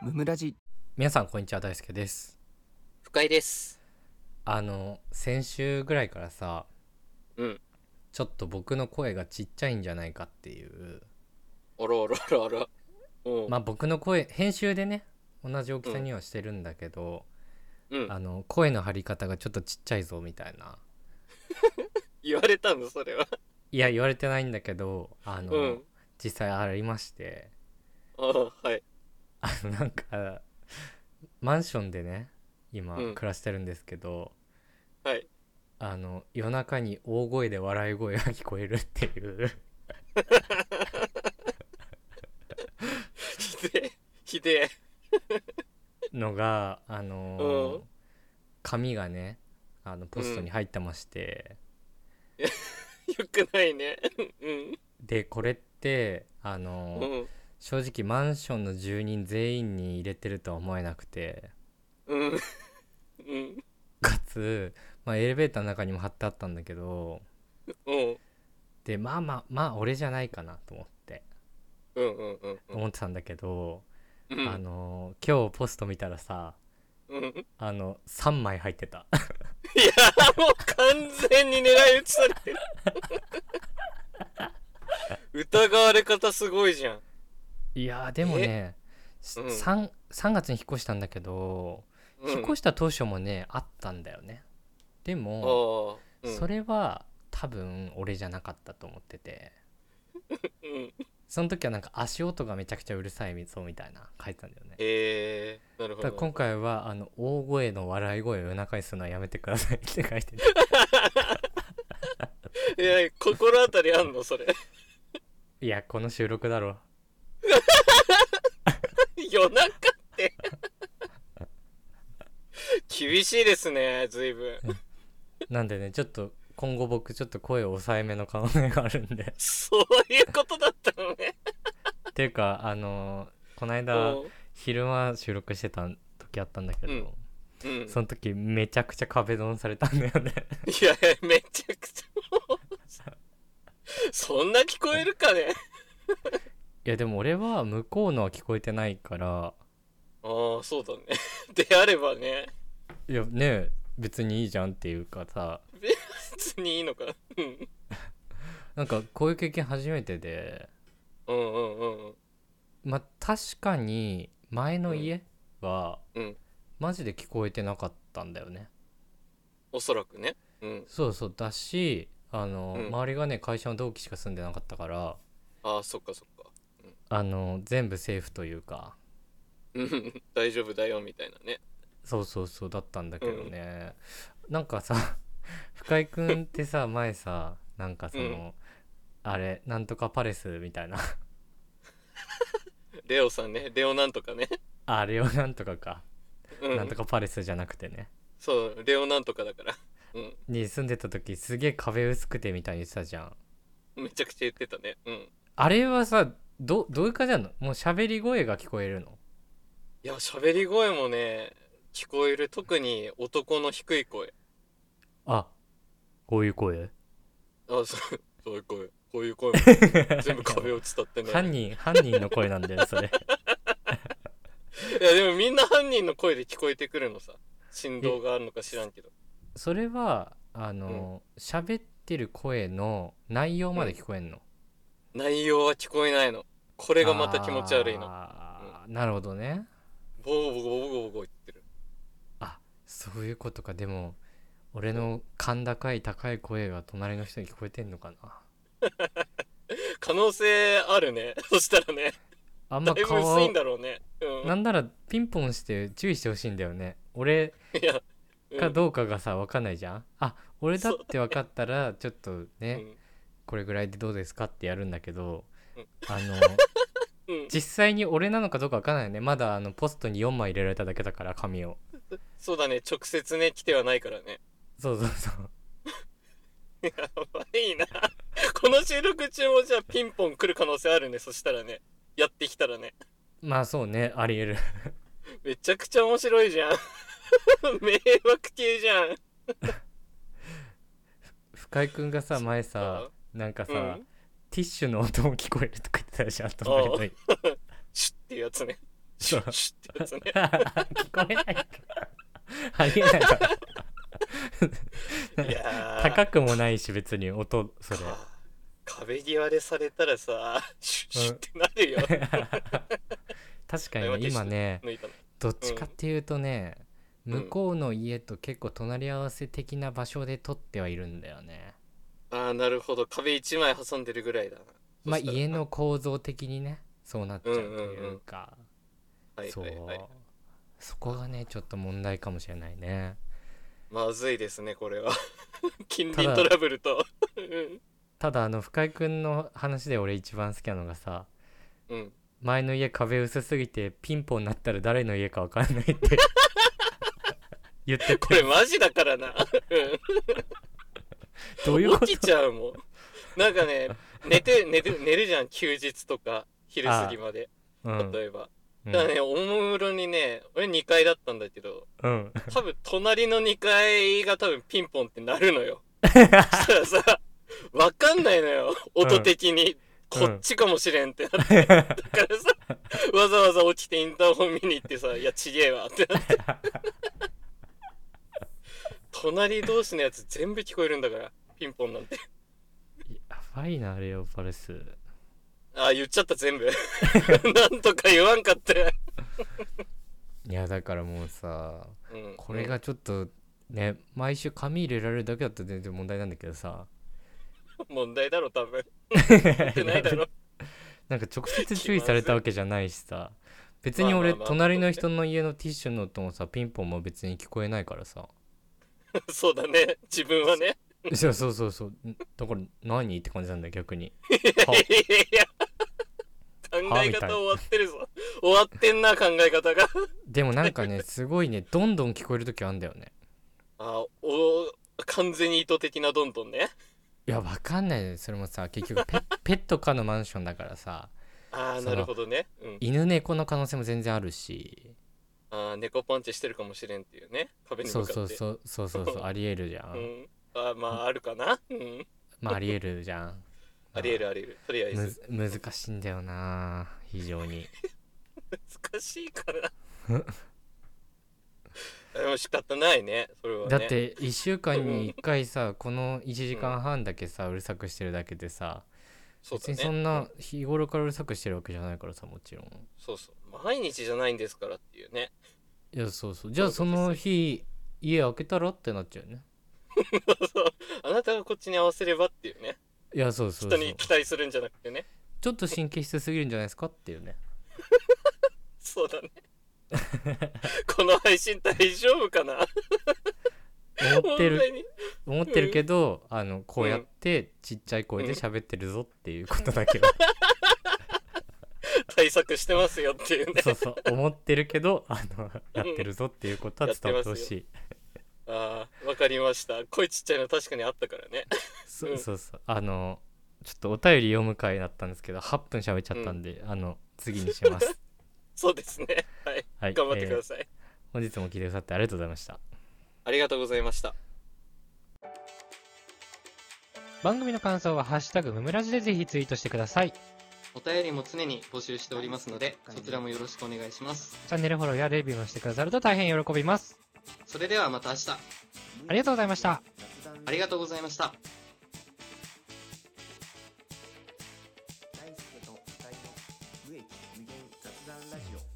ムムラジ。 皆さんこんにちは、大輔です。 深井です。 先週ぐらいからさ、 うん。 ちょっと僕の声がちっちゃいんじゃないかっていう、 あらあらあらあら。うん。 まあ僕の声編集でね同じ大きさにはしてるんだけど、 うん。 声の張り方がちょっとちっちゃいぞみたいな。 言われたのそれは。 いや言われてないんだけど、 うん。 実際ありまして、 ああ、はい。 なんかマンションでね今うん。 暮らしてるんですけど、 はい。 夜中に大声で笑い声が聞こえるっていうひでえ。ひでのがえ。うん。 紙がねポストにうん。 入ってまして、 よくないね。うん。 でこれってうん。 正直マンションの住人全員に入れてるとは思えなくて、 うん。うん。 かつ、まあ、エレベーターの中にも貼ってあったんだけど、 うん。 でまあ俺じゃないかなと思ってうん。うん。うん。うん。 思ってたんだけど、 うん。 今日ポスト見たらさ、 うん。 3枚入ってた。 いや、もう完全に狙い撃ちされてる。疑われ方すごいじゃん。 いやでもえ。 ね、 うん。 3月に引っ越したんだけど、引っ越うん。 した当初もねあったんだよね。であもあ。うん。 それは多分俺じゃなかったと思ってて、 うん。 その時はなんか足音がめちゃくちゃうるさいそうみたいな書いてたんだよね。 なるほただどなるほど。 今回は大声の笑い声を夜中にするのはやめてくださいって書いてて、 いや、心当たりあんのそれ。 いやこの収録だろ。 夜中って厳しいですね、ずいぶん。 なんでね、ちょっと今後僕ちょっと声を抑えめの可能性があるんでそういうことだったのね。 っていうかこのう間ん。 昼間収録してた時あったんだけうん。 ど、 うん。 その時めちゃくちゃ壁ドンされたんだよね。 いや、めちゃくちゃ。そんな聞こえるかね。 いやでも俺は向こうのは聞こえてないから、 ああ、そうだね。であればね。 いやね別にいいじゃんっていうかさ、 別にいいのかな。うん。 なんかこういう経験初めてで、 うんうんうんうん。 まあ確かに前のうん。 家はうん。 マジで聞こえてなかったんだよね。 おそらくね。うん。 そうそうだし、 うん。 周りがね会社の同期しか住んでなかったから、 ああ、そっかそっか。 全部セーフというか、 うん。うん。大丈夫だよ、みたいなね。 そうそうそうだったんだけどうん。 ね。なんかさ深井くんってさ前さなんかうん。 あれなんとかパレスみたいなレオさんね。レオなんとかね。 あれをなんとかか、なんとうん。 かパレスじゃなくてね、 そう、レオなんとかだから。うん。 に住んでた時すげえ壁薄くてみたいに言ってたじゃん。 めちゃくちゃ言ってたね。うん。 あれはさどういう感じなの？もう喋り声が聞こえるの？ いや、喋り声もね、聞こえる。特に男の低い声。 あ、こういう声？ あ、そういう声。こういう声も全部いやもう壁を伝ってね。 犯人の声なんだよそれ。 いや、でもみんな犯人の声で聞こえてくるのさ。振え動があるのか知らんけど。 それはうん。 喋ってる声の内容までうん。 聞こえんの？ 内容は聞こえないの。これがまた気持ち悪いの。うん。 なるほどね。 ボーボーボーボーボーボー言ってる。 あ、そういうことか。でも俺そう。 の高い声が隣の人に聞こえてんのかな。 可能性あるね。そしたらね、 あんまだいぶ薄いん顔、 だろうね。うん。 なんならピンポンして注意してほしいんだよね。俺いや、うん。 かどうかがさ分かんないじゃん。あ、俺だっそうて分かったらちょっとね、 だね。 これぐらいでどうですかってやるんだけど、 うん。 あのうん。 実際に俺なのかどうか分かんないよね。まだポストに4枚入れられただけだから紙を。 そうだね。直接ね、来てはないからね。 そうそうそう。 やばいな。この収録中もじゃあピンポン来る可能性あるね。そしたらね。やってきたらね。 まあそうね、ありえる。 めちゃくちゃ面白いじゃん。迷惑系じゃん。 深井くんがさそっ前さか。 なんかさうん。 ティッシュの音も聞こえるとか言ってたじゃんああ。 隣の。 シュッっていうやつね。 シュッシュッってやつね。 聞こえないか。ありえないか。 いやー高くもないし別に音それ。 壁際でされたらさ、シュッシュッってなるよ。 確かにね今ね抜いたの。 どっちかっていうとね、 うん向こうの家と結構隣り合わせ的な場所で撮ってはいるんだよね。 ああ、なるほど。壁一枚挟んでるぐらいだな。 まあそしたら家の構造的にねそうなっちゃうというか、 はいそう、 はいはい。 そこがねちょっと問題かもしれないね。 まずいですね、これは。近隣トラブルと。 ただ深井くんの話で俺一番好きなのがさ、 うん。 前の家壁薄すぎてピンポンになったら誰の家か分かんないって言ってて、 これマジだからな。 どういうこと？ 起きちゃうもん。なんかね、寝るじゃん、休日とか、昼過ぎまで。 うん例えば。 うんだからね、おもむろにね、俺2階だったんだけど、 うん多分隣の2階が多分ピンポンってなるのよ。そしたらさ、わかんないのよ、音的に。こっちかもしれんってなって。だからさ、わざわざ起きてインターホン見に行ってさ、いや、ちげえわってなって。隣同士のやつ全部聞こえるんだから、ピンポンなんて。 やばいなレオパレス。 ああ、言っちゃった全部。なんとか言わんかったよ。 いやだからもうさ、 うん、 これがちょっとね毎週紙入れられるだけだったら全然問題なんだけどさ問題だろ、多分。言ってないだろ。 なんか直接注意されたわけじゃないしさ、別に俺まあまあまあ隣の人の家のティッシュの音もさピンポンも別に聞こえないからさそうだね、自分はね。 そうそうそうそう、だから何って感じなんだよ逆に。 いや、考え方終わってるぞ。終わってんな、考え方が。 でもなんかねすごいねどんどん聞こえる時あんだよね。 完全に意図的などんどんね。 いやわかんないねそれもさ結局ペット可のマンションだからさ、 ああ、 そのなるほどね。うん。 犬猫の可能性も全然あるし、 ああ、猫パンチしてるかもしれんっていうね。壁にそう向かって。 そうありえるじゃん、 うん。ああ、まあ、あるかな。うん。 まあありえるじゃん。 ありえるありえる。とりあえず。 難しいんだよな非常に。 難しいかな。でも仕方ないね。それはね。 だって1週間に1回さこの1時間半だけさうるさくしてるだけでさ、 そうだね。 別にそんな日頃からうるさくしてるわけじゃないからさもちろん。 そうそう。毎日じゃないんですからっていうね。 いやそうそうじゃあその日家開けたらってなっちゃうよね。 そうあなたがこっちに合わせればっていうね。 いやそうそう人に期待するんじゃなくてね。 ちょっと神経質すぎるんじゃないですかっていうね。 そうだね。この配信大丈夫かな。 思ってる本当に思ってるけど、こうやってちっちゃい声で喋ってるぞっていうことだけど、 対策してますよっていうね。 そうそう思ってるけどやってるぞっていうことは伝わってほしい。 ああ、わかりました。声ちっちゃいの確かにあったからね。 そうちょっとお便り読む回だったんですけど8分喋っちゃったんで、次にします。 そうですね。はい。 はい、 頑張ってください。 本日も聞いてくださってありがとうございました。 ありがとうございました。 番組の感想はハッシュタグムムラジでぜひツイートしてください。 お便りも常に募集しておりますので、そちらもよろしくお願いします。 チャンネルフォローやレビューもしてくださると大変喜びます。 それではまた明日。 ありがとうございました。 ありがとうございました。 大輔と二人の無益無限雑談ラジオ。